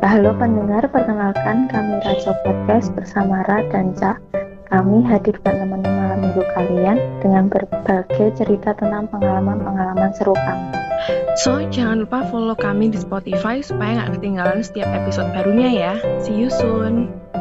Halo pendengar, perkenalkan kami Rajo Podcast bersama Ra dan Ca. Kami hadir buat nemenin malam minggu kalian dengan berbagai cerita tentang pengalaman-pengalaman seru kami. So, jangan lupa follow kami di Spotify supaya nggak ketinggalan setiap episode barunya ya. See you soon!